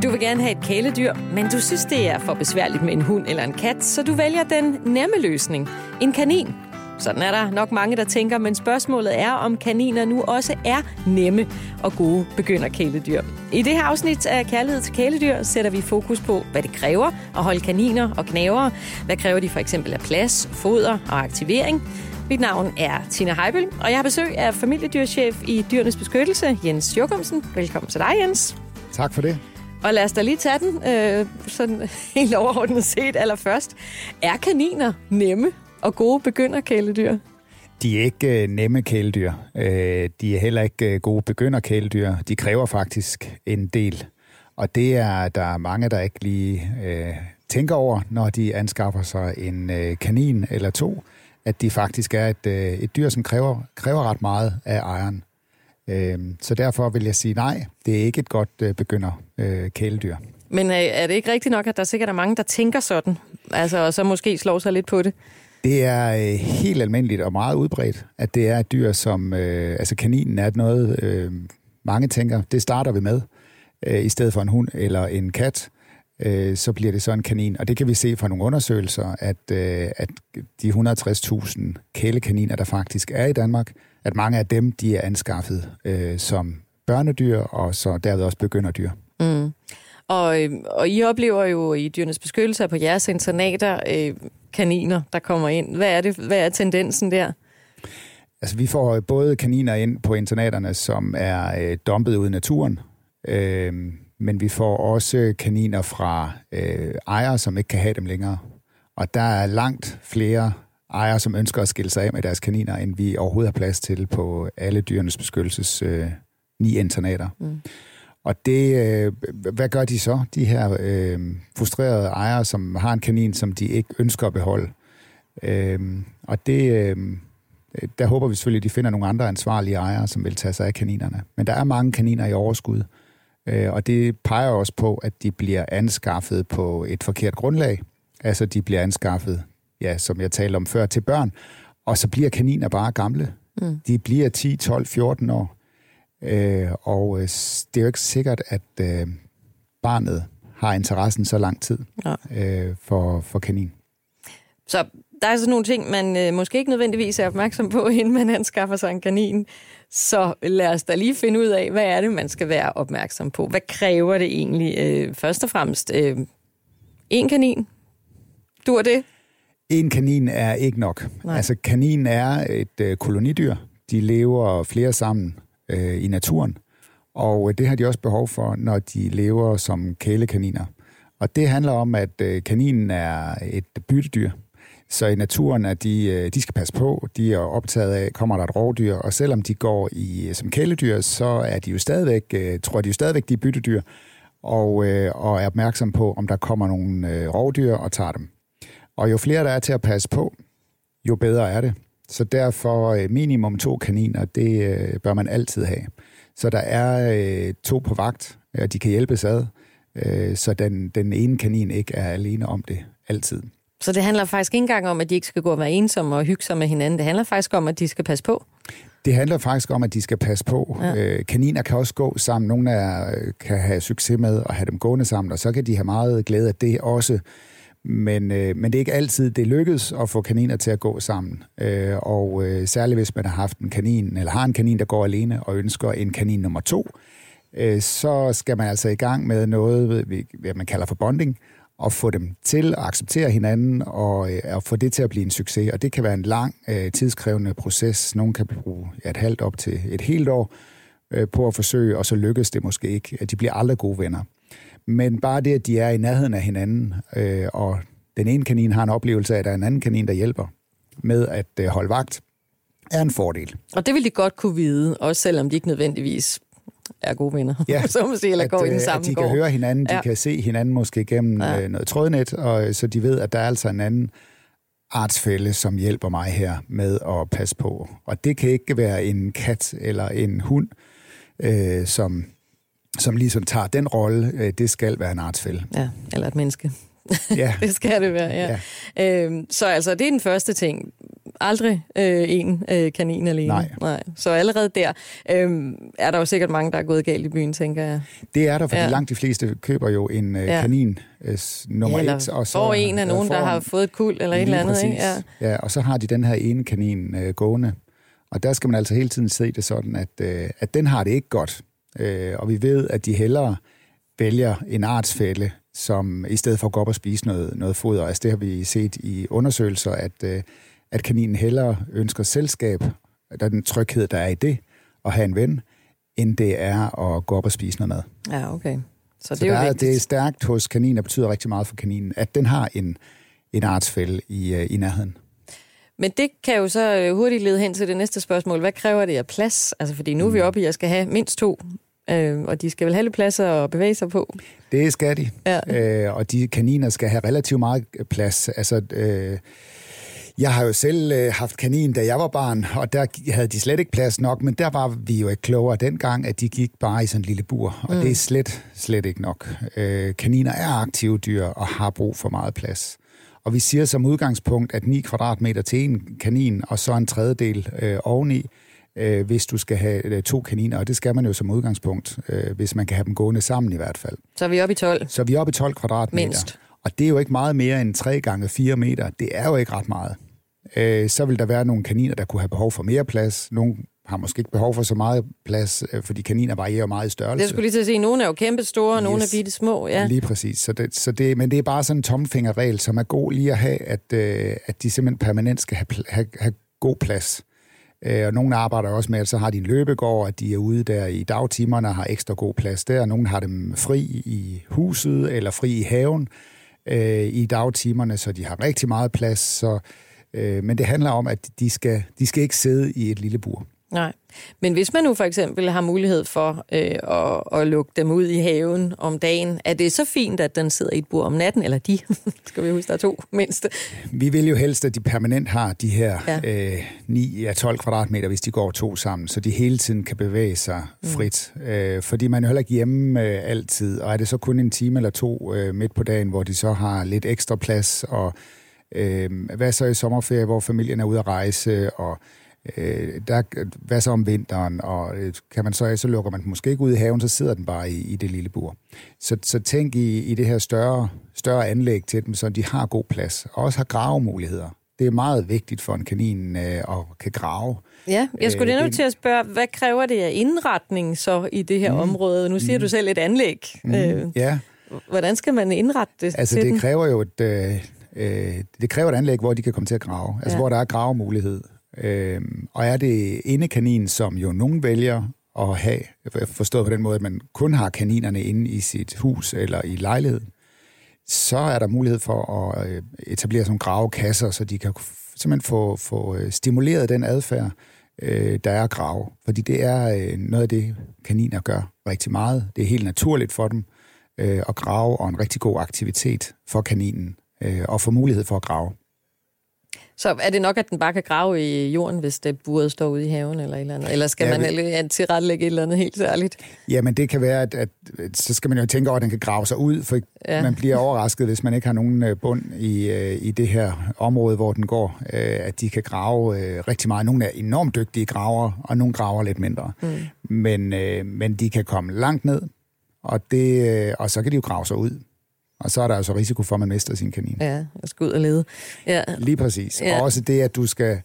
Du vil gerne have et kæledyr, men du synes, det er for besværligt med en hund eller en kat, så du vælger den nemme løsning. En kanin. Sådan er der nok mange, der tænker, men spørgsmålet er, om kaniner nu også er nemme og gode begynderkæledyr. I det her afsnit af Kærlighed til kæledyr sætter vi fokus på, hvad det kræver at holde kaniner og knævere. Hvad kræver de for eksempel af plads, foder og aktivering? Mit navn er Tina Heibel, og jeg har besøg af familiedyrchef i Dyrenes Beskyttelse, Jens Jochumsen. Velkommen til dig, Jens. Tak for det. Og lad os da lige tage den sådan helt overordnet set allerførst. Er kaniner nemme og gode begynderkæledyr? De er ikke nemme kæledyr. De er heller ikke gode begynderkæledyr. De kræver faktisk en del. Og det er der mange, der ikke lige tænker over, når de anskaffer sig en kanin eller to, at de faktisk er et dyr, som kræver ret meget af ejeren. Så derfor vil jeg sige nej, det er ikke et godt begynderkæledyr. Men er det ikke rigtigt nok, at der sikkert er mange, der tænker sådan? Altså, og så måske slår sig lidt på det? Det er helt almindeligt og meget udbredt, at det er et dyr, som... altså kaninen er noget, mange tænker, det starter vi med. I stedet for en hund eller en kat, så bliver det så en kanin. Og det kan vi se fra nogle undersøgelser, at de 160.000 kælekaniner, der faktisk er i Danmark, at mange af dem, de er anskaffet som børnedyr, og så derved også begynderdyr. Mm. Og I oplever jo i Dyrenes Beskyttelse på jeres internater kaniner, der kommer ind. Hvad er tendensen der? Altså, vi får både kaniner ind på internaterne, som er dumpet ud i naturen, men vi får også kaniner fra ejere, som ikke kan have dem længere. Og der er langt flere ejere, som ønsker at skille sig af med deres kaniner, end vi overhovedet har plads til på alle Dyrenes Beskyttelses 9 internater. Mm. Og det, hvad gør de så? De her frustrerede ejere, som har en kanin, som de ikke ønsker at beholde. Og det, der håber vi selvfølgelig, at de finder nogle andre ansvarlige ejere, som vil tage sig af kaninerne. Men der er mange kaniner i overskud, og det peger også på, at de bliver anskaffet på et forkert grundlag. Altså, de bliver anskaffet, ja, som jeg talte om før, til børn, og så bliver kaniner bare gamle. Mm. De bliver 10, 12, 14 år. Og det er jo ikke sikkert, at barnet har interessen så lang tid for kanin. Så der er sådan nogle ting, man måske ikke nødvendigvis er opmærksom på, inden man anskaffer sig en kanin. Så lad os da lige finde ud af, hvad er det, man skal være opmærksom på? Hvad kræver det egentlig? Først og fremmest, en kanin. Dur det? En kanin er ikke nok. Nej. Altså, kaninen er et kolonidyr. De lever flere sammen i naturen, og det har de også behov for, når de lever som kælekaniner. Og det handler om, at kaninen er et byttedyr, så i naturen er de skal passe på, de er optaget af, kommer der et rovdyr, og selvom de går som kæledyr, så er de jo stadigvæk, tror de jo stadigvæk, de er byttedyr, og er opmærksom på, om der kommer nogle rovdyr og tager dem. Og jo flere der er til at passe på, jo bedre er det. Så derfor minimum 2 kaniner, det bør man altid have. Så der er 2 på vagt, og de kan hjælpes ad, så den ene kanin ikke er alene om det altid. Så det handler faktisk ikke engang om, at de ikke skal gå og være ensomme og hygge sig med hinanden. Det handler faktisk om, at de skal passe på. Det handler faktisk om, at de skal passe på. Ja. Kaniner kan også gå sammen. Nogle kan have succes med at have dem gående sammen, og så kan de have meget glæde af det også. Men det er ikke altid, det lykkes at få kaniner til at gå sammen. Og særligt hvis man har haft en kanin, eller har en kanin, der går alene og ønsker en kanin nummer 2, så skal man altså i gang med noget, hvad man kalder for bonding, og få dem til at acceptere hinanden og få det til at blive en succes. Og det kan være en lang, tidskrævende proces. Nogle kan bruge et halvt op til et helt år på at forsøge, og så lykkes det måske ikke. De bliver aldrig gode venner. Men bare det, at de er i nærheden af hinanden, og den ene kanin har en oplevelse af, at der er en anden kanin, der hjælper med at holde vagt, er en fordel. Og det vil de godt kunne vide, også selvom de ikke nødvendigvis er gode venner. Ja, så må sige, eller går i den samme at de kan høre hinanden, de kan se hinanden måske gennem noget trådnet, og så de ved, at der er altså en anden artsfælle, som hjælper mig her med at passe på. Og det kan ikke være en kat eller en hund, som ligesom tager den rolle. Det skal være en artsfælle. Ja, eller et menneske. Ja. Det skal det være, ja. Så altså, det er den første ting. aldrig en kanin alene. Nej. Så allerede der er der jo sikkert mange, der er gået galt i byen, tænker jeg. Det er der, fordi langt de fleste køber jo en kanin nummer 1. Og så får en af nogen, der har fået et kuld eller et eller andet. Ikke? Ja, og så har de den her ene kanin gående. Og der skal man altså hele tiden se det sådan, at den har det ikke godt. Og vi ved, at de hellere vælger en artsfælle, som i stedet for at gå op og spise noget foder. Altså det har vi set i undersøgelser, at kaninen hellere ønsker selskab, der er den tryghed, der er i det, at have en ven, end det er at gå op og spise noget mad. Ja, okay. Så det er jo vigtigt. Det er stærkt hos kaninen, og betyder rigtig meget for kaninen, at den har en artsfælle i nærheden. Men det kan jo så hurtigt lede hen til det næste spørgsmål. Hvad kræver det af plads? Altså, fordi nu er vi oppe i, at jeg skal have mindst 2, og de skal vel have lidt pladser at bevæge sig på? Det skal de. Ja. Og de kaniner skal have relativt meget plads. Altså, jeg har jo selv haft kanin, da jeg var barn, og der havde de slet ikke plads nok, men der var vi jo ikke klogere dengang, at de gik bare i sådan en lille bur, og det er slet ikke nok. Kaniner er aktive dyr og har brug for meget plads. Og vi siger som udgangspunkt, at 9 kvadratmeter til en kanin, og så en tredjedel oveni, hvis du skal have 2 kaniner, og det skal man jo som udgangspunkt, hvis man kan have dem gående sammen i hvert fald. Så er vi oppe i 12? Så er vi oppe i 12 kvadratmeter. Mindst. Og det er jo ikke meget mere end 3 gange 4 meter. Det er jo ikke ret meget. Så vil der være nogle kaniner, der kunne have behov for mere plads. Nogle har måske ikke behov for så meget plads, fordi kaniner varierer meget i størrelse. Det skulle lige til at sige, nogle er jo kæmpe store, og nogle er bitte små. Ja. Lige præcis. Men det er bare sådan en tommelfingerregel, som er god lige at have, at de simpelthen permanent skal have god plads. Og nogle arbejder også med, at så har de en løbegård, at de er ude der i dagtimerne og har ekstra god plads der. Nogle har dem fri i huset eller fri i haven i dagtimerne, så de har rigtig meget plads. Men det handler om, at de skal ikke sidde i et lille bur. Nej, men hvis man nu for eksempel har mulighed for at lukke dem ud i haven om dagen, er det så fint, at den sidder i et bur om natten, eller de, skal vi huske, der er 2 mindste? Vi vil jo helst, at de permanent har de her 9-12 kvadratmeter, hvis de går 2 sammen, så de hele tiden kan bevæge sig frit. Fordi man er heller ikke hjemme altid, og er det så kun en time eller 2 midt på dagen, hvor de så har lidt ekstra plads, og hvad så i sommerferie, hvor familien er ude at rejse, og hvad så om vinteren, og kan man så lukker man den måske ikke ud i haven, så sidder den bare i det lille bur. Så tænk i det her større anlæg til dem, så de har god plads, og også har gravemuligheder. Det er meget vigtigt for en kanin at kan grave. Ja, jeg skulle lige nu til at spørge, hvad kræver det af indretning så i det her område? Nu siger du selv et anlæg. Ja. Hvordan skal man indrette det altså, til det kræver jo det kræver et anlæg, hvor de kan komme til at grave. Altså, hvor der er gravemulighed. Og er det indekanin, som jo nogen vælger at have, forstået på den måde, at man kun har kaninerne inde i sit hus eller i lejligheden, så er der mulighed for at etablere sådan gravekasser, så de kan simpelthen få stimuleret den adfærd, der er at grave. Fordi det er noget af det, kaniner gør rigtig meget. Det er helt naturligt for dem at grave, og en rigtig god aktivitet for kaninen og få mulighed for at grave. Så er det nok, at den bare kan grave i jorden, hvis det buret står ude i haven eller et eller andet? Eller skal man tilrettelægge et eller andet helt særligt? Jamen, det kan være, at så skal man jo tænke over, at den kan grave sig ud, for man bliver overrasket, hvis man ikke har nogen bund i det her område, hvor den går, at de kan grave rigtig meget. Nogle er enormt dygtige gravere, og nogle graver lidt mindre. Men de kan komme langt ned, og så kan de jo grave sig ud. Og så er der altså risiko for, at man mister sin kanin. Ja, jeg skal ud og lede. Ja. Lige præcis. Ja. Og også det, at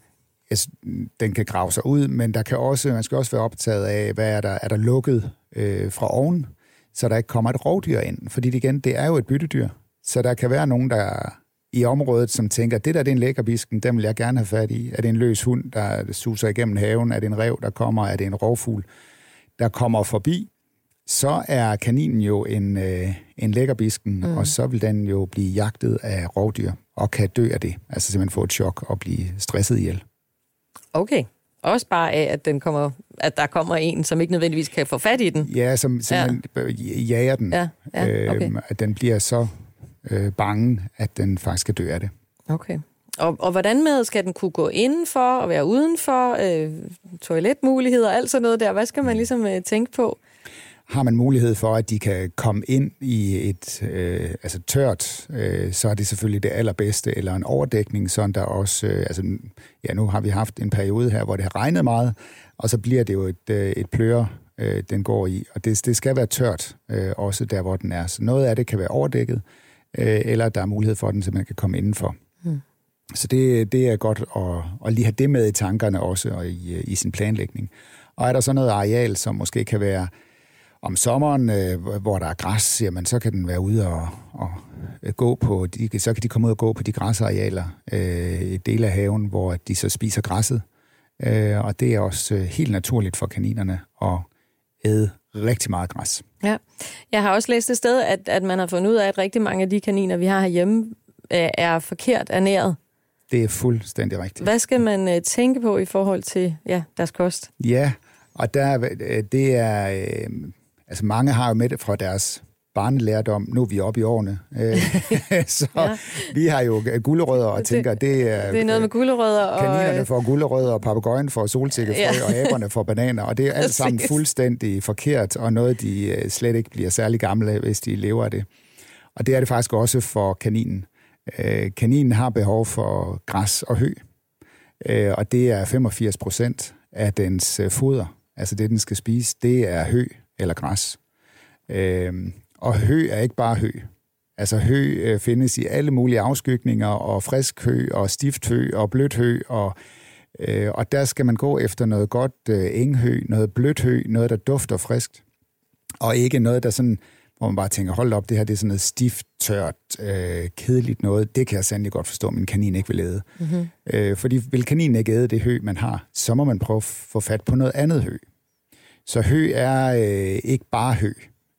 den kan grave sig ud, men man skal også være optaget af, hvad er der lukket fra oven, så der ikke kommer et rovdyr ind. Fordi det er jo et byttedyr. Så der kan være nogen, der i området, som tænker, det er en lækkerbisken, den vil jeg gerne have fat i. Er det en løs hund, der suser igennem haven? Er det en ræv, der kommer? Er det en rovfugl, der kommer forbi? Så er kaninen jo en lækkerbisken, og så vil den jo blive jagtet af rovdyr, og kan dø af det. Altså simpelthen få et chok og blive stresset ihjel. Okay. Også bare af, at der kommer en, som ikke nødvendigvis kan få fat i den? Ja, som simpelthen jager den. Ja, okay. At den bliver så bange, at den faktisk skal dø af det. Okay. Og hvordan med, skal den kunne gå indenfor og være udenfor? Toiletmuligheder, alt sådan noget der. Hvad skal man ligesom tænke på? har man mulighed for, at de kan komme ind i et tørt, så er det selvfølgelig det allerbedste, eller en overdækning, sådan der også, nu har vi haft en periode her, hvor det har regnet meget, og så bliver det jo et pløre, den går i, og det skal være tørt, også der, hvor den er. Så noget af det kan være overdækket, eller der er mulighed for, at den simpelthen kan komme indenfor. Så det er godt at lige have det med i tankerne også, og i sin planlægning. Og er der så noget areal, som måske kan være om sommeren, hvor der er græs, jamen, så kan den være ude og gå på, så kan de komme ud og gå på de græsarealer, i dele af haven, hvor de så spiser græsset. Og det er også helt naturligt for kaninerne at æde rigtig meget græs. Ja, jeg har også læst et sted, at man har fundet ud af, at rigtig mange af de kaniner, vi har herhjemme, er forkert ernæret. Det er fuldstændig rigtigt. Hvad skal man tænke på i forhold til deres kost? Ja, og det er... mange har jo med det fra deres barnelærdom. Nu er vi oppe i årene. Så vi har jo gulerødder og tænker, det er noget med gulerødder. Kaninerne får gulerødder, og papegøjen får solsikkefrø, og aberne får bananer. Og det er alt sammen fuldstændig forkert, og noget, de slet ikke bliver særlig gamle af, hvis de lever af det. Og det er det faktisk også for kaninen. Kaninen har behov for græs og hø, og det er 85% af dens foder. Altså det, den skal spise, det er hø eller græs. Og hø er ikke bare hø. Altså hø findes i alle mulige afskygninger, og frisk hø, og stift hø, og blødt hø, og der skal man gå efter noget godt enghø, noget blødt hø, noget, der dufter friskt, og ikke noget, der sådan, hvor man bare tænker, hold op, det her det er sådan noget stift, tørt, kedeligt noget. Det kan jeg sandelig godt forstå, at min kanin ikke vil æde. Mm-hmm. Fordi vil kaninen ikke æde det hø, man har, så må man prøve at få fat på noget andet hø. Så hø er ikke bare hø.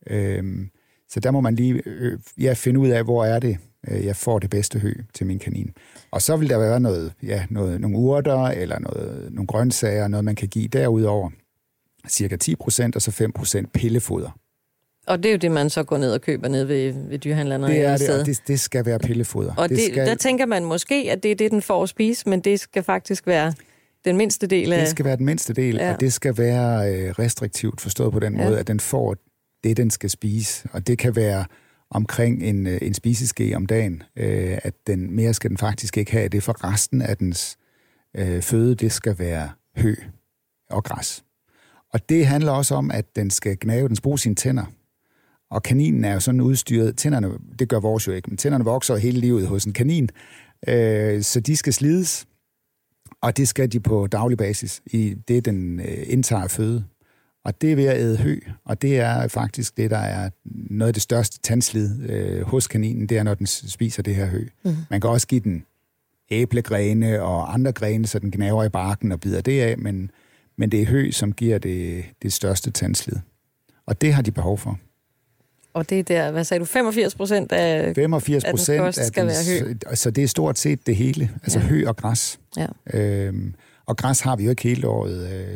Så der må man lige finde ud af, hvor er det, jeg får det bedste hø til min kanin. Og så vil der være nogle urter, eller nogle grøntsager, noget man kan give derudover. Cirka 10%, og så 5% pillefoder. Og det er jo det, man så går ned og køber ned ved dyrehandlerne. Det er det, og det skal være pillefoder. Og der tænker man måske, at det er det, den får at spise, men det skal faktisk være den mindste del af... Det skal være den mindste del, og det skal være restriktivt forstået på den måde, at den får det, den skal spise. Og det kan være omkring en spiseske om dagen, at mere skal den faktisk ikke have. Det for resten af dens føde, det skal være hø og græs. Og det handler også om, at den skal gnave, den skal bruge sine tænder. Og kaninen er jo sådan udstyret. Tænderne, det gør vores jo ikke, men tænderne vokser hele livet hos en kanin. Så de skal slides, og det skal de på daglig basis i det, den indtager føde. Og det er ved at æde hø, og det er faktisk det, der er noget af det største tandslid hos kaninen, det er, når den spiser det her hø. Mm. Man kan også give den æblegrene og andre grene, så den gnaver i barken og bider det af, men det er hø, som giver det største tandslid. Og det har de behov for. Og det er der, hvad sagde du, 85% af den kost skal være hø? Så det er stort set det hele, altså hø og græs. Ja. Og græs har vi jo ikke hele året,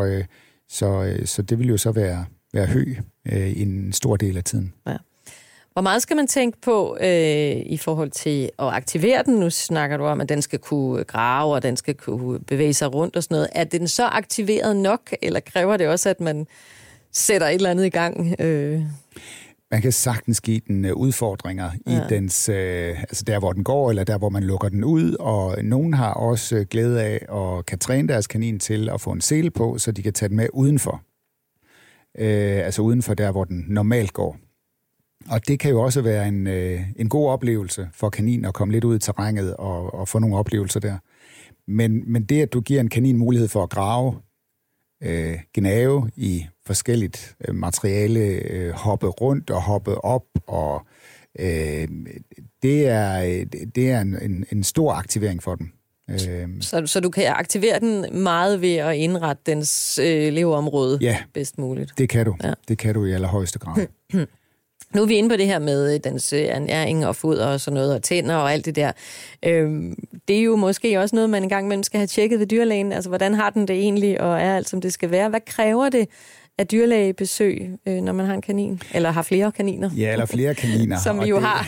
så det vil jo så være hø i en stor del af tiden. Ja. Hvor meget skal man tænke på i forhold til at aktivere den? Nu snakker du om, at den skal kunne grave, og den skal kunne bevæge sig rundt og sådan noget. Er den så aktiveret nok, eller kræver det også, at man sætter et eller andet i gang? Man kan sagtens give den udfordringer i dens, altså der, hvor den går, eller der, hvor man lukker den ud. Og nogen har også glæde af og kan træne deres kanin til at få en sele på, så de kan tage den med udenfor. Altså udenfor der, hvor den normalt går. Og det kan jo også være en god oplevelse for kaninen at komme lidt ud i terrænet og få nogle oplevelser der. Men det, at du giver en kanin mulighed for at grave, gnave i forskelligt materiale, hoppe rundt og hoppe op, og det er en stor aktivering for dem. Så du kan aktivere den meget ved at indrette dens leveområde bedst muligt? Det kan du. Ja. Det kan du i allerhøjeste grad. Nu er vi inde på det her med dens ernæring og foder og sådan noget, og tænder og alt det der. Det er jo måske også noget, man engang imellem skal have tjekket ved dyrlægen. Altså, hvordan har den det egentlig, og er alt, som det skal være? Hvad kræver det af dyrlægebesøg, når man har en kanin? Eller har flere kaniner? Ja, eller flere kaniner. Som vi jo har.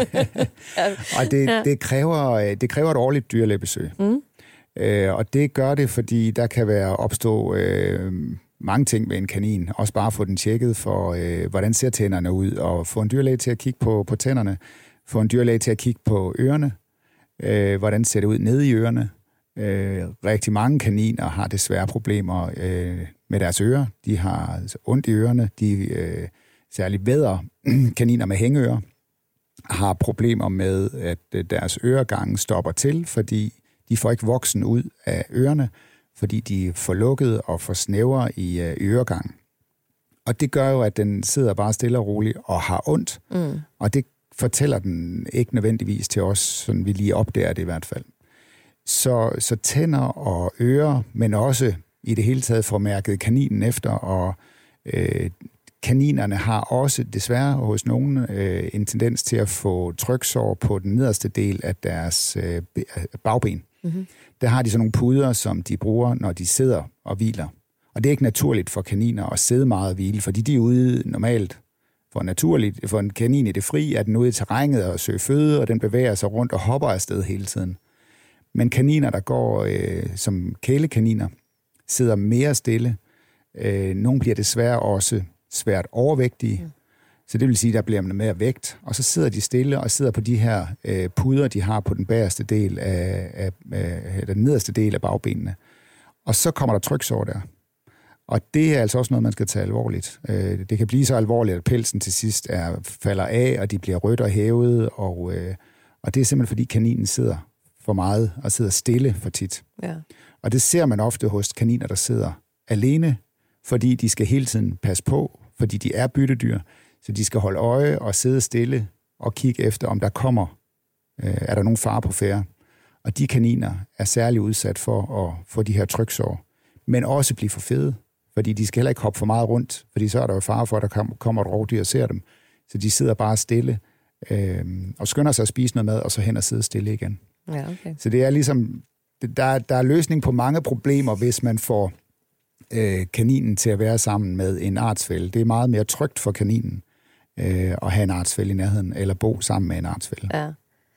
Og det kræver et årligt dyrlægebesøg. Mm. Og det gør det, fordi der kan opstå mange ting med en kanin. Også bare få den tjekket for, hvordan ser tænderne ud, og få en dyrlæge til at kigge på tænderne, få en dyrlæge til at kigge på ørerne, hvordan ser det ud nede i ørerne. Rigtig mange kaniner har desværre problemer med deres ører. De har ondt i ørerne. Særligt vædder kaniner med hængeører har problemer med, at deres øregange stopper til, fordi de får ikke voksen ud af ørerne, fordi de er for lukket og for snævre i øregangen. Og det gør jo, at den sidder bare stille og roligt og har ondt. Og det fortæller den ikke nødvendigvis til os, sådan vi lige opdager det i hvert fald. Så tænder og ører, men også i det hele taget får mærket kaninen efter, og kaninerne har også desværre hos nogen en tendens til at få tryksår på den nederste del af deres bagben. Mm-hmm. Der har de sådan nogle puder, som de bruger, når de sidder og hviler. Og det er ikke naturligt for kaniner at sidde meget og hvile, fordi de er ude normalt for en kanin i det fri, at den ude i terrænet og søge føde, og den bevæger sig rundt og hopper afsted hele tiden. Men kaniner, der går som kælekaniner, sidder mere stille. Nogle bliver desværre også svært overvægtige, så det vil sige, at der bliver man mere vægt, og så sidder de stille og sidder på de her puder, de har på den bagerste del af den nederste del af bagbenene. Og så kommer der tryksår der. Og det er altså også noget, man skal tage alvorligt. Det kan blive så alvorligt, at pelsen til sidst falder af, og de bliver rødt og hævet, og det er simpelthen, fordi kaninen sidder for meget og sidder stille for tit. Ja. Og det ser man ofte hos kaniner, der sidder alene, fordi de skal hele tiden passe på, fordi de er byttedyr, så de skal holde øje og sidde stille og kigge efter, om der kommer, er der nogen fare på færde. Og de kaniner er særlig udsat for at få de her tryksår, men også blive for fede, fordi de skal heller ikke hoppe for meget rundt, fordi så er der jo fare for, at der kommer et rovdyr og ser dem. Så de sidder bare stille og skynder sig at spise noget mad, og så hen og sidde stille igen. Ja, okay. Så det er ligesom, der er løsning på mange problemer, hvis man får kaninen til at være sammen med en artsfælle. Det er meget mere trygt for kaninen at have en artsfælle i nærheden, eller bo sammen med en artsfælle. Ja.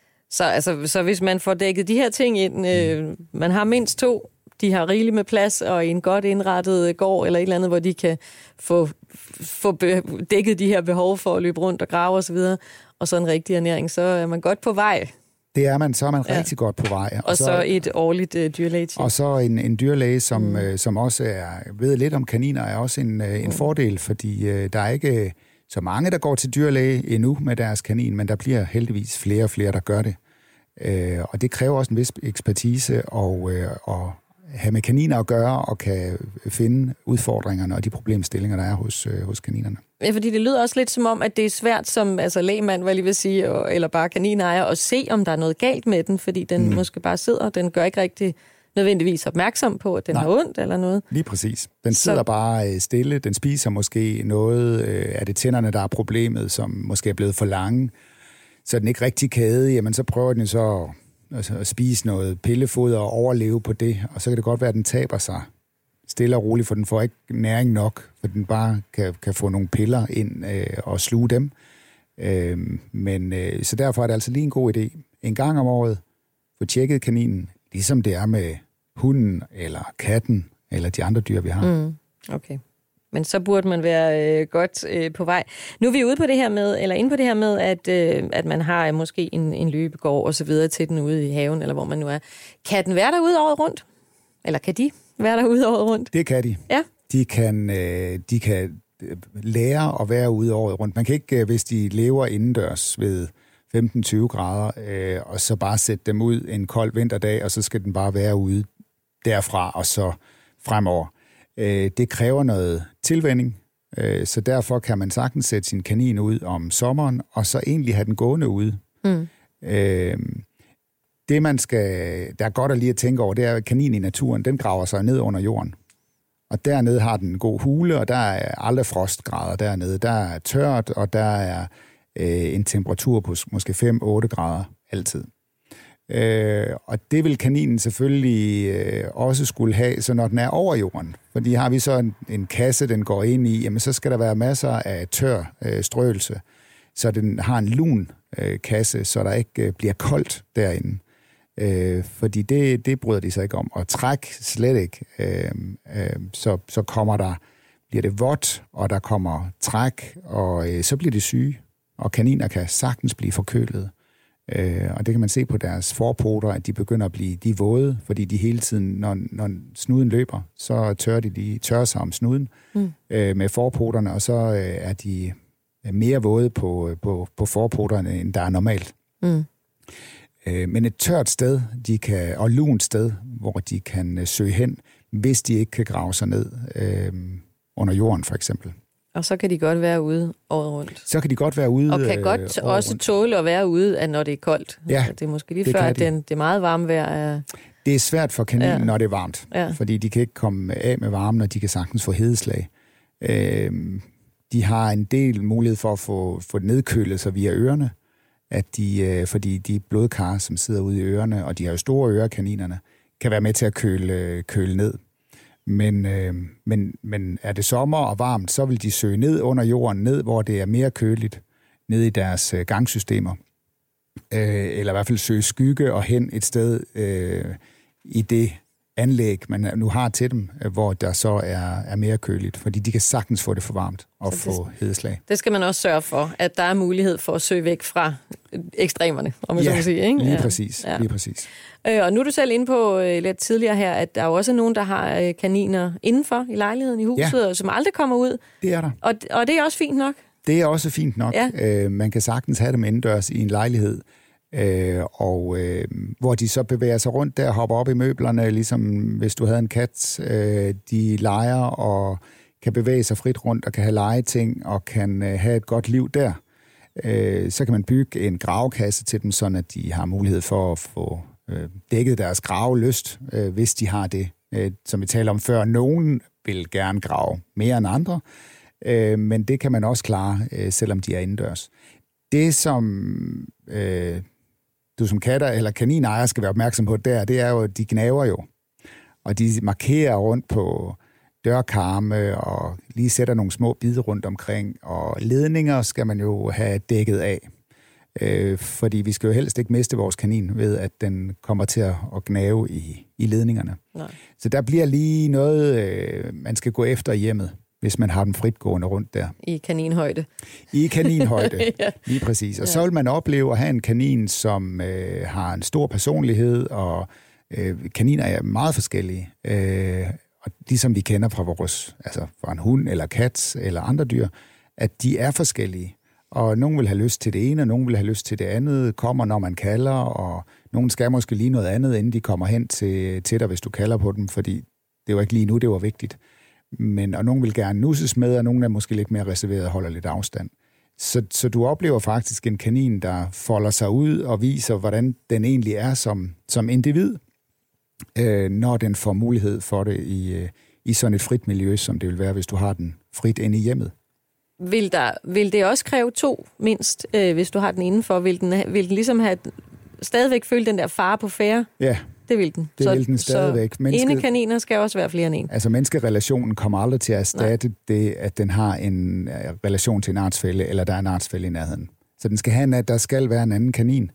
Så hvis man får dækket de her ting ind, man har mindst 2, de har rigeligt med plads, og en godt indrettet gård, eller et eller andet, hvor de kan få dækket de her behov for at løbe rundt og grave osv., og så en rigtig ernæring, så er man godt på vej. Det er man, så er man rigtig godt på vej. Og så et årligt dyrlæge. Og så en dyrlæge, som også ved lidt om kaniner, er også en fordel, fordi der er ikke så mange, der går til dyrlæge endnu med deres kanin, men der bliver heldigvis flere og flere, der gør det. Og det kræver også en vis ekspertise og have med kaniner at gøre, og kan finde udfordringerne og de problemstillinger, der er hos kaninerne. Ja, fordi det lyder også lidt som om, at det er svært som lægmand, hvad jeg lige vil sige, eller bare kaninejer, at se, om der er noget galt med den, fordi den måske bare sidder, den gør ikke rigtig nødvendigvis opmærksom på, at den har ondt eller noget. Lige præcis. Den sidder bare stille, den spiser måske noget af det tænderne, der er problemet, som måske er blevet for lange, så den ikke rigtig kan æde, jamen så prøver den så at spise noget pillefoder og overleve på det, og så kan det godt være, at den taber sig stille og roligt, for den får ikke næring nok, for den bare kan få nogle piller ind og sluge dem. Så derfor er det altså lige en god idé. En gang om året, få tjekket kaninen, ligesom det er med hunden, eller katten, eller de andre dyr, vi har. Okay. Men så burde man være godt på vej. Nu er vi inde på det her med, at man har måske en løbegård og så videre til den ude i haven, eller hvor man nu er. Kan den være derude året rundt? Eller kan de være derude året rundt? Det kan de. Ja. De kan lære at være ude året rundt. Man kan ikke, hvis de lever indendørs ved 15-20 grader, og så bare sætte dem ud en kold vinterdag, og så skal den bare være ude derfra og så fremover. Det kræver noget tilvænning, så derfor kan man sagtens sætte sin kanin ud om sommeren, og så egentlig have den gående ude. Det, der er godt at lige at tænke over, det er, at kaninen i naturen, den graver sig ned under jorden. Og dernede har den en god hule, og der er aldrig frostgrader dernede. Der er tørt, og der er en temperatur på måske 5-8 grader altid. Og det vil kaninen selvfølgelig også skulle have, så når den er over jorden. Fordi har vi så en kasse, den går ind i, jamen så skal der være masser af tør strøelse, så den har en lun kasse, så der ikke bliver koldt derinde. Fordi det bryder de sig ikke om. Og træk slet ikke. Så bliver det vådt, og der kommer træk, og så bliver de syge. Og kaniner kan sagtens blive forkølet. Og det kan man se på deres forpoter, at de begynder at blive våde, fordi de hele tiden, når snuden løber, så tørrer sig om snuden med forpoterne, og så er de mere våde på forpoterne, end der er normalt. Men et tørt sted, og lunt sted, hvor de kan søge hen, hvis de ikke kan grave sig ned under jorden, for eksempel. Og så kan de godt være ude året rundt. Så kan de godt være ude. Og kan godt også tåle at være ude, når det er koldt. Ja, det er måske lige før, at det meget varme vejr er... Det er svært for kaninen, når det er varmt. Ja. Fordi de kan ikke komme af med varmen, og de kan sagtens få hedeslag. De har en del mulighed for at få nedkølet sig via ørerne, fordi de blodkar, som sidder ude i ørerne, og de har jo store ører, kaninerne, kan være med til at køle ned. Men er det sommer og varmt, så vil de søge ned under jorden, ned hvor det er mere køligt, ned i deres gangsystemer. Eller i hvert fald søge skygge og hen et sted i det anlæg, man nu har til dem, hvor der så er mere køligt, fordi de kan sagtens få det for varmt og få hedeslag. Det skal man også sørge for, at der er mulighed for at søge væk fra ekstremerne, om man så må sige, ikke? Lige præcis. Lige præcis. Og nu er du selv inde på lidt tidligere her, at der er også nogen, der har kaniner indenfor i lejligheden i huset, og som aldrig kommer ud. Det er der. Og det er også fint nok? Det er også fint nok. Ja. Man kan sagtens have dem indendørs i en lejlighed, hvor de så bevæger sig rundt der, hopper op i møblerne, ligesom hvis du havde en kat. De leger og kan bevæge sig frit rundt og kan have legeting og kan have et godt liv der. Så kan man bygge en gravekasse til dem, sådan at de har mulighed for at få dækket deres gravelyst, hvis de har det. Som vi talte om før, nogen vil gerne grave mere end andre, men det kan man også klare, selvom de er indendørs. Det, som du som katter eller kaninejer skal være opmærksom på der, det er jo, at de gnaver jo. Og de markerer rundt på dørkarme og lige sætter nogle små bidder rundt omkring. Og ledninger skal man jo have dækket af. Fordi vi skal jo helst ikke miste vores kanin ved, at den kommer til at gnave i ledningerne. Nej. Så der bliver lige noget, man skal gå efter i hjemmet, hvis man har den fritgående rundt der. I kaninhøjde. I kaninhøjde, ja. Lige præcis. Og så vil man opleve at have en kanin, som har en stor personlighed, og kaniner er meget forskellige. Og ligesom vi kender fra en hund eller kat eller andre dyr, at de er forskellige. Og nogen vil have lyst til det ene, og nogen vil have lyst til det andet, kommer når man kalder, og nogen skal måske lige noget andet, inden de kommer hen til dig, hvis du kalder på dem, fordi det var ikke lige nu, det var vigtigt. Og nogen vil gerne nusses med, og nogen er måske lidt mere reserveret og holder lidt afstand. Så du oplever faktisk en kanin, der folder sig ud og viser, hvordan den egentlig er som individ, når den får mulighed for det i sådan et frit miljø, som det vil være, hvis du har den frit inde i hjemmet. Vil det også kræve 2 mindst, hvis du har den indenfor? Vil den ligesom stadigvæk føle den der fare på færre? Ja. Det vil den. Det vil den stadigvæk. Så ene kaniner skal også være flere end en. Altså menneskerelationen kommer aldrig til at erstatte det, at den har en relation til en artsfælle, eller der er en artsfælle i nærheden. Så den skal have, at der skal være en anden kanin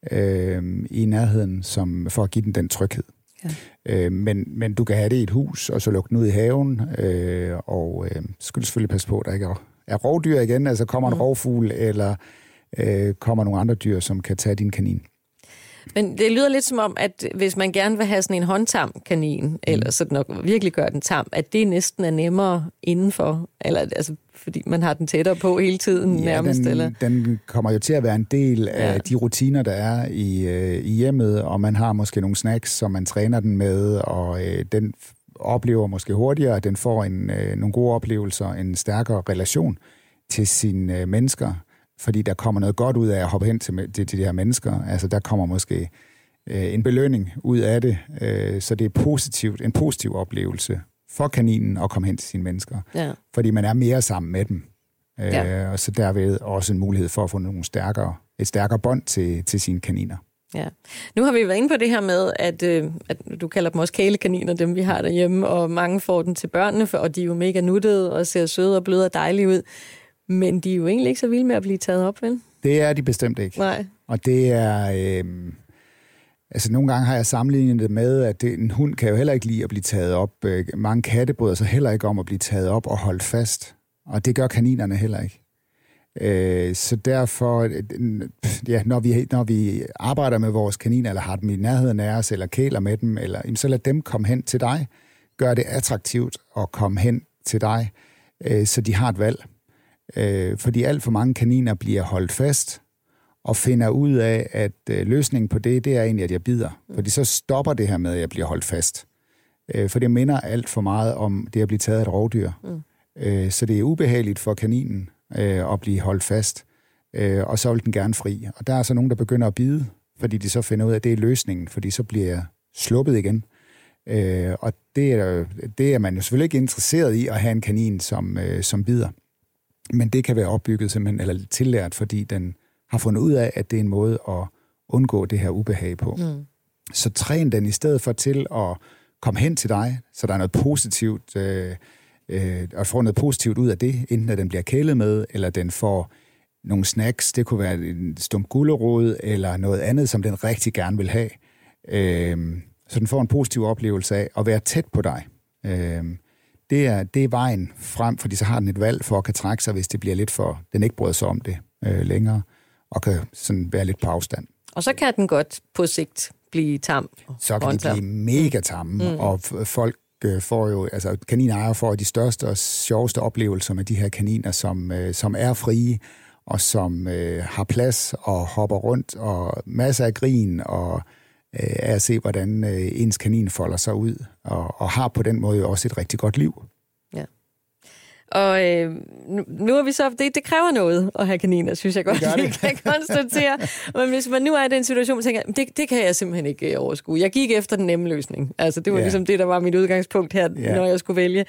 i nærheden, for at give den tryghed. Ja. Men du kan have det i et hus, og så lukke den ud i haven, og så skal du selvfølgelig passe på, at der ikke er rovdyr igen, altså kommer en rovfugl, eller kommer nogle andre dyr, som kan tage din kanin. Men det lyder lidt som om, at hvis man gerne vil have sådan en håndtam kanin, eller sådan noget, virkelig gøre den tam, at det næsten er nemmere indenfor, eller altså fordi man har den tættere på hele tiden nærmest. Den kommer jo til at være en del af de rutiner, der er i hjemmet, og man har måske nogle snacks, som man træner den med, og den oplever måske hurtigere, at den får nogle gode oplevelser, en stærkere relation til sine mennesker, fordi der kommer noget godt ud af at hoppe hen til de her mennesker. Altså der kommer måske en belønning ud af det, så det er en positiv oplevelse for kaninen at komme hen til sine mennesker, fordi man er mere sammen med dem. Og så derved også en mulighed for at få et stærkere bånd til sine kaniner. Ja. Nu har vi været inde på det her med, at du kalder dem også kælekaniner, dem vi har derhjemme, og mange får den til børnene, og de er jo mega nuttede og ser søde og bløde og dejlige ud. Men de er jo egentlig ikke så vilde med at blive taget op, vel? Det er de bestemt ikke. Nej. Og det er... Altså nogle gange har jeg sammenlignet det med, at en hund kan jo heller ikke lide at blive taget op. Mange katte bryder sig heller ikke om at blive taget op og holdt fast. Og det gør kaninerne heller ikke. Så derfor, ja, når vi arbejder med vores kaniner, eller har dem i nærheden af os, eller kæler med dem, så lad dem komme hen til dig. Gør det attraktivt at komme hen til dig, så de har et valg. Fordi alt for mange kaniner bliver holdt fast, og finder ud af, at løsningen på det er egentlig, at jeg bider. Fordi så stopper det her med, at jeg bliver holdt fast. For det minder alt for meget om det at blive taget af et rovdyr. Så det er ubehageligt for kaninen at blive holdt fast, og så vil den gerne fri. Og der er så nogen, der begynder at bide, fordi de så finder ud af, at det er løsningen, fordi så bliver jeg sluppet igen. Og det er man jo selvfølgelig ikke interesseret i, at have en kanin, som bider. Men det kan være opbygget simpelthen, eller tillært, fordi den har fundet ud af, at det er en måde at undgå det her ubehag på. Så træn den i stedet for til at komme hen til dig, så der er noget positivt, og får noget positivt ud af det, enten at den bliver kælet med, eller den får nogle snacks. Det kunne være en stump gulerod, eller noget andet, som den rigtig gerne vil have. Så den får en positiv oplevelse af at være tæt på dig. Det er vejen frem, fordi så har den et valg for at kan trække sig, hvis det bliver lidt for, den ikke bryder sig om det længere, og kan sådan være lidt på afstand. Og så kan den godt på sigt blive tam. Så kan de blive mega tamme, og folk får jo, altså kaninejere får de største og sjoveste oplevelser med de her kaniner, som er frie, og som har plads og hopper rundt, og masser af grin, og af at se, hvordan ens kanin folder sig ud, og har på den måde også et rigtig godt liv. Ja. Og nu er vi så, det kræver noget at have kaniner, synes jeg godt, vi kan konstatere. Men hvis man nu er i den situation, tænker jeg, det kan jeg simpelthen ikke overskue. Jeg gik efter den nemme løsning. Altså, det var ligesom det, der var mit udgangspunkt her, når jeg skulle vælge.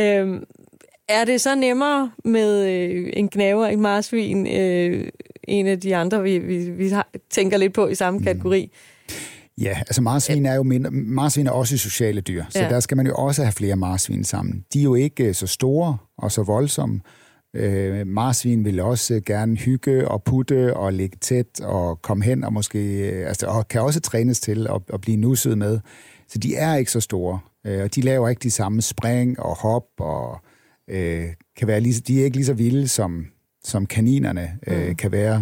Er det så nemmere med en gnaver, en marsvin, en af de andre, vi tænker lidt på i samme kategori? Ja, altså marsvin er jo marsvin er også sociale dyr, så der skal man jo også have flere marsvin sammen. De er jo ikke så store og så voldsomme. Marsvin vil også gerne hygge og putte og ligge tæt og komme hen og måske, og kan også trænes til at blive nusset med. Så de er ikke så store, og de laver ikke de samme spring og hop og kan være de er ikke lige så vilde som kaninerne kan være.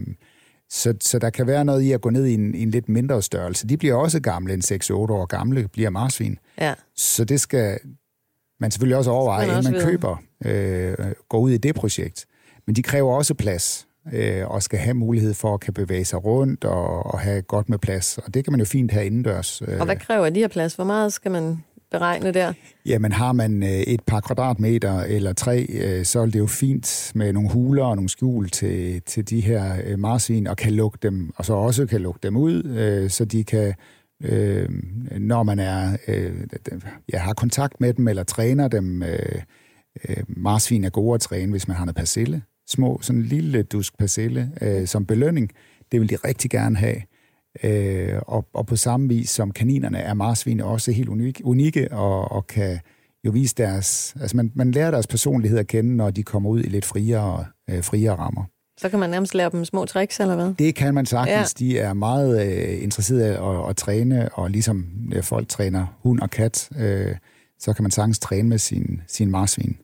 Så der kan være noget i at gå ned i en lidt mindre størrelse. De bliver også gamle, en 6-8 år gamle, bliver marsvin. Ja. Så det skal man selvfølgelig også overveje, inden man køber, går ud i det projekt. Men de kræver også plads, og skal have mulighed for at kan bevæge sig rundt og have godt med plads. Og det kan man jo fint have indendørs. Og hvad kræver de her plads? Hvor meget skal man beregne der? Jamen har man et par kvadratmeter eller 3, så er det jo fint med nogle huler og nogle skjul til de her marsvin, og kan lukke dem, og så også kan lukke dem ud, så de kan, når man har kontakt med dem eller træner dem, marsvin er gode at træne, hvis man har noget persille, sådan en lille dusk persille som belønning, det vil de rigtig gerne have. Og på samme vis som kaninerne er marsvin også helt unikke og kan jo vise deres... Altså man lærer deres personlighed at kende, når de kommer ud i lidt friere rammer. Så kan man nærmest lære dem små tricks, eller hvad? Det kan man sagtens. Ja. De er meget interesserede af at træne, og ligesom folk træner hund og kat, så kan man sagtens træne med sin marsvin.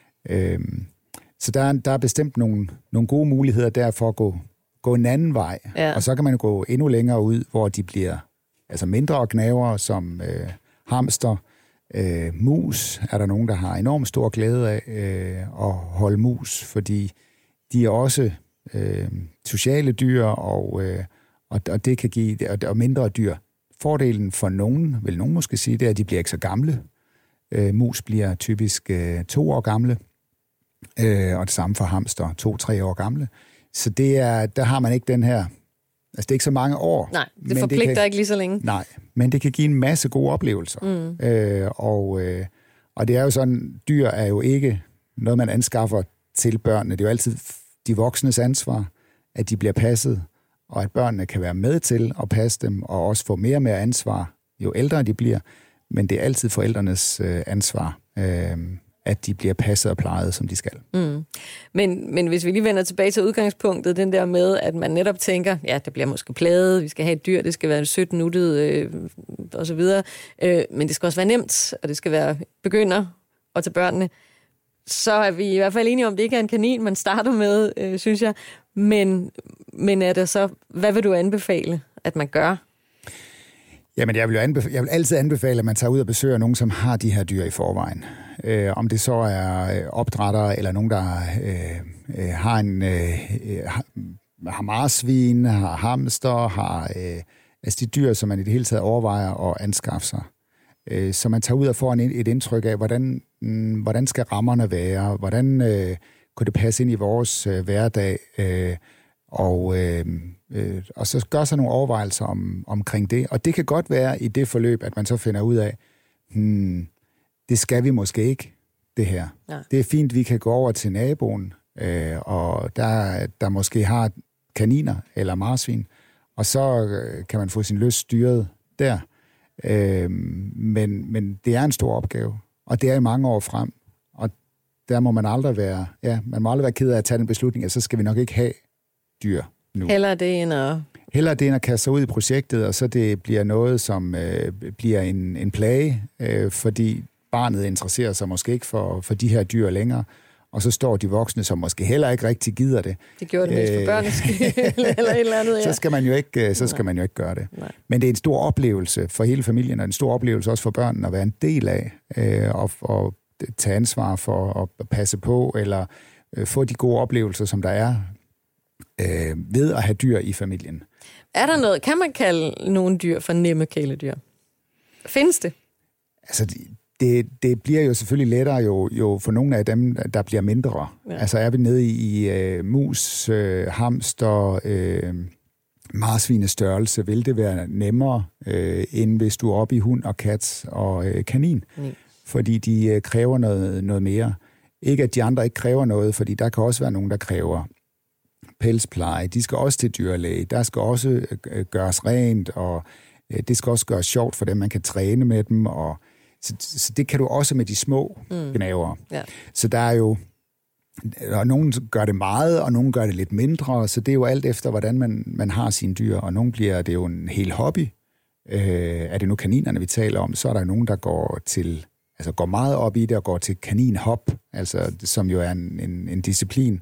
Så der er bestemt nogle gode muligheder der for at gå en anden vej, og så kan man gå endnu længere ud, hvor de bliver mindre gnaver, som hamster, mus, er der nogen, der har enormt stor glæde af at holde mus, fordi de er også sociale dyr, og det kan give, og mindre dyr. Fordelen for nogen, vil nogen måske sige, det er, at de bliver ikke så gamle. Mus bliver typisk 2 år gamle, og det samme for hamster, 2-3 år gamle. Så der har man ikke den her... Altså, det er ikke så mange år. Nej, det forpligter ikke lige så længe. Nej, men det kan give en masse gode oplevelser. Og det er jo sådan, dyr er jo ikke noget, man anskaffer til børnene. Det er jo altid de voksnes ansvar, at de bliver passet, og at børnene kan være med til at passe dem, og også få mere og mere ansvar, jo ældre de bliver. Men det er altid forældrenes ansvar, at de bliver passet og plejet, som de skal. Men hvis vi lige vender tilbage til udgangspunktet, den der med, at man netop tænker, ja, det bliver måske plaget, vi skal have et dyr, det skal være sødt, nuttet og så videre, men det skal også være nemt, og det skal være begynder og til børnene, så er vi i hvert fald enige om, at det ikke er en kanin, man starter med, synes jeg. Men er det så, hvad vil du anbefale, at man gør? Jamen, jeg vil altid anbefale, at man tager ud og besøger nogen, som har de her dyr i forvejen. Om det så er opdrættere, eller nogen, der har marsvin, har hamster, har altså de dyr, som man i det hele taget overvejer at anskaffe sig. Så man tager ud og får et indtryk af, hvordan skal rammerne være, hvordan kunne det passe ind i vores hverdag, og så gør sig nogle overvejelser omkring det. Og det kan godt være i det forløb, at man så finder ud af, det skal vi måske ikke, det her. Ja. Det er fint, vi kan gå over til naboen, og der måske har kaniner eller marsvin, og så kan man få sin lyst styret der. Men det er en stor opgave, og det er i mange år frem, og der må man aldrig være ked af at tage den beslutning, at så skal vi nok ikke have dyr nu. Hellere det end at kaste sig ud i projektet, og så det bliver noget, som bliver en plage, fordi barnet interesserer sig måske ikke for de her dyr længere, og så står de voksne, som måske heller ikke rigtig gider det. Det gjorde det mest for børnenes skyld, eller et eller andet, ja. Så skal man jo ikke gøre det. Nej. Men det er en stor oplevelse for hele familien, og en stor oplevelse også for børnene at være en del af, og tage ansvar for at passe på, eller få de gode oplevelser, som der er ved at have dyr i familien. Er der noget, kan man kalde nogle dyr for nemme kæledyr? Findes det? Altså, det bliver jo selvfølgelig lettere jo for nogle af dem, der bliver mindre. Ja. Altså er vi nede i mus, hamster, marsvines størrelse, vil det være nemmere, end hvis du er oppe i hund og kat og kanin. Fordi de kræver noget mere. Ikke at de andre ikke kræver noget, fordi der kan også være nogen, der kræver pelspleje. De skal også til dyrlæge. Der skal også gøres rent, og det skal også gøres sjovt for dem. Man kan træne med dem, og så det kan du også med de små gnaver. Ja. Så der er jo, og nogen gør det meget, og nogen gør det lidt mindre, så det er jo alt efter, hvordan man har sine dyr, og nogen bliver det jo en hel hobby. Er det nu kaninerne, vi taler om, så er der nogen, der går meget op i det, og går til kaninhop, altså, som jo er en disciplin,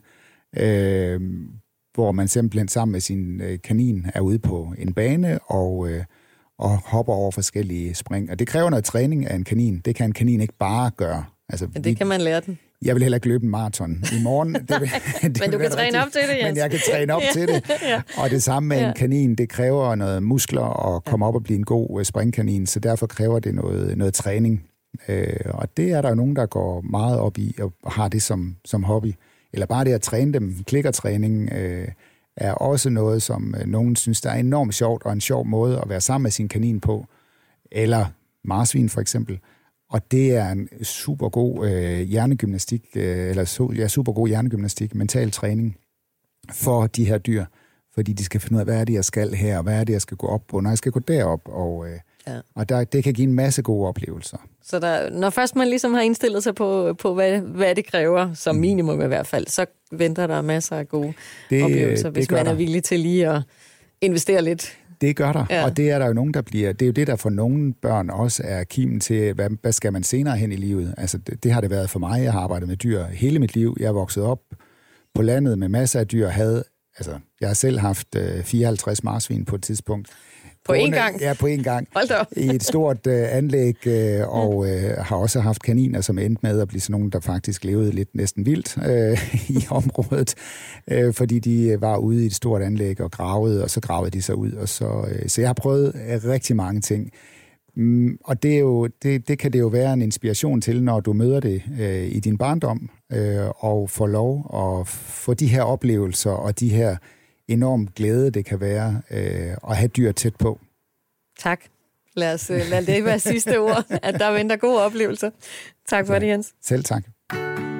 hvor man simpelthen sammen med sin kanin er ude på en bane, og hopper over forskellige spring. Og det kræver noget træning af en kanin. Det kan en kanin ikke bare gøre. Altså, det kan man lære den. Jeg vil heller ikke løbe en maraton i morgen. Men du kan træne op til det, Jens. Men jeg kan træne op til det. Ja. Og det samme med en kanin, det kræver noget muskler at komme op og blive en god springkanin, så derfor kræver det noget træning. Og det er der jo nogen, der går meget op i og har det som hobby. Eller bare det at træne dem. Klikkertræning er også noget, som nogen synes, der er enormt sjovt, og en sjov måde at være sammen med sin kanin på. Eller marsvin for eksempel. Og det er en super god hjernegymnastik, super god hjernegymnastik, mental træning for de her dyr. Fordi de skal finde ud af, hvad er det, jeg skal her, og hvad er det, jeg skal gå op på, når jeg skal gå derop. Og det kan give en masse gode oplevelser. Så når først man ligesom har indstillet sig på hvad det kræver, som minimum i hvert fald, så venter der masser af gode oplevelser, hvis man er villig til lige at investere lidt. Det gør der, og det er der jo nogen, der bliver. Det er jo det, der for nogle børn også er kimen til, hvad skal man senere hen i livet. Altså, det har det været for mig. Jeg har arbejdet med dyr hele mit liv. Jeg er vokset op på landet med masser af dyr. Jeg har selv haft 54 marsvin på et tidspunkt. På én gang? Ja, på én gang. Hold da op. I et stort anlæg, og har også haft kaniner, som endte med at blive sådan nogle, der faktisk levede lidt næsten vildt i området, fordi de var ude i et stort anlæg og gravede, og så gravede de sig ud. Og så jeg har prøvet rigtig mange ting. Og det kan det jo være en inspiration til, når du møder det i din barndom, og får lov at få de her oplevelser og de her enorm glæde, det kan være at have dyr tæt på. Tak. Lad det være sidste ord, at der venter gode oplevelser. Tak for det, Jens. Selv tak.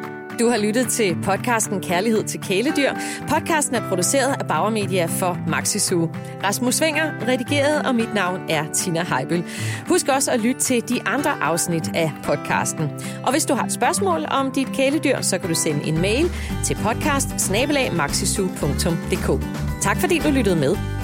Du har lyttet til podcasten Kærlighed til kæledyr. Podcasten er produceret af Bauer Media for Maxi Zoo. Rasmus Svinger redigeret, og mit navn er Tina Heibel. Husk også at lytte til de andre afsnit af podcasten. Og hvis du har et spørgsmål om dit kæledyr, så kan du sende en mail til podcast@maxizoo.dk. Tak fordi du lyttede med.